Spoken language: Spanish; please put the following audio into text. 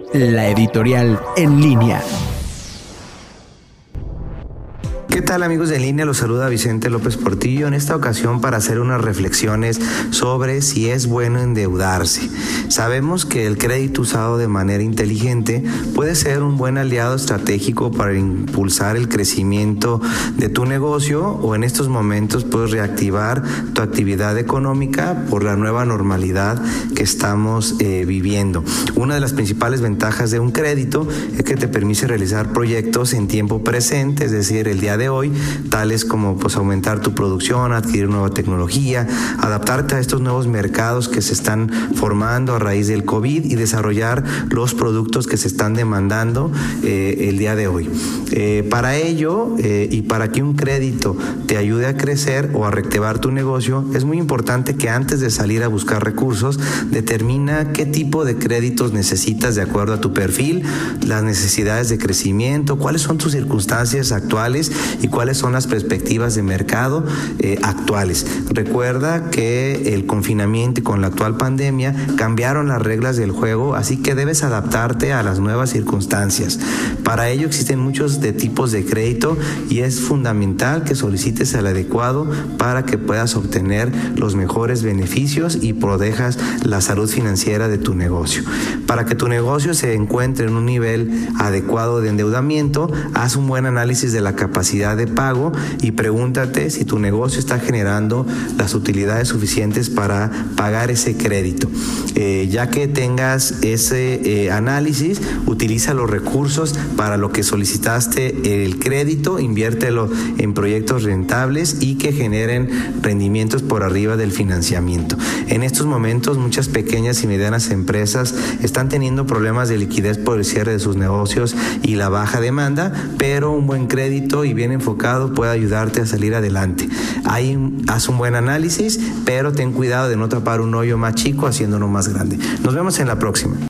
La editorial en línea. ¿Qué tal, amigos de En Línea? Los saluda Vicente López Portillo en esta ocasión para hacer unas reflexiones sobre si es bueno endeudarse. Sabemos que el crédito usado de manera inteligente puede ser un buen aliado estratégico para impulsar el crecimiento de tu negocio, o en estos momentos puedes reactivar tu actividad económica por la nueva normalidad que estamos viviendo. Una de las principales ventajas de un crédito es que te permite realizar proyectos en tiempo presente, es decir, el día de hoy, tales como aumentar tu producción, adquirir nueva tecnología, adaptarte a estos nuevos mercados que se están formando a raíz del COVID y desarrollar los productos que se están demandando el día de hoy. Para ello y para que un crédito te ayude a crecer o a reactivar tu negocio, es muy importante que antes de salir a buscar recursos, determina qué tipo de créditos necesitas de acuerdo a tu perfil, las necesidades de crecimiento, cuáles son tus circunstancias actuales y cuáles son las perspectivas de mercado actuales. Recuerda que el confinamiento y con la actual pandemia cambiaron las reglas del juego, así que debes adaptarte a las nuevas circunstancias. Para ello existen muchos tipos de crédito y es fundamental que solicites el adecuado para que puedas obtener los mejores beneficios y protejas la salud financiera de tu negocio. Para que tu negocio se encuentre en un nivel adecuado de endeudamiento, haz un buen análisis de la capacidad de pago y pregúntate si tu negocio está generando las utilidades suficientes para pagar ese crédito. Ya que tengas ese análisis, utiliza los recursos para lo que solicitaste el crédito, inviértelo en proyectos rentables y que generen rendimientos por arriba del financiamiento. En estos momentos, muchas pequeñas y medianas empresas están teniendo problemas de liquidez por el cierre de sus negocios y la baja demanda, pero un buen crédito y bien enfocado puede ayudarte a salir adelante. Ahí haz un buen análisis, pero ten cuidado de no tapar un hoyo más chico haciendo uno más grande. Nos vemos en la próxima.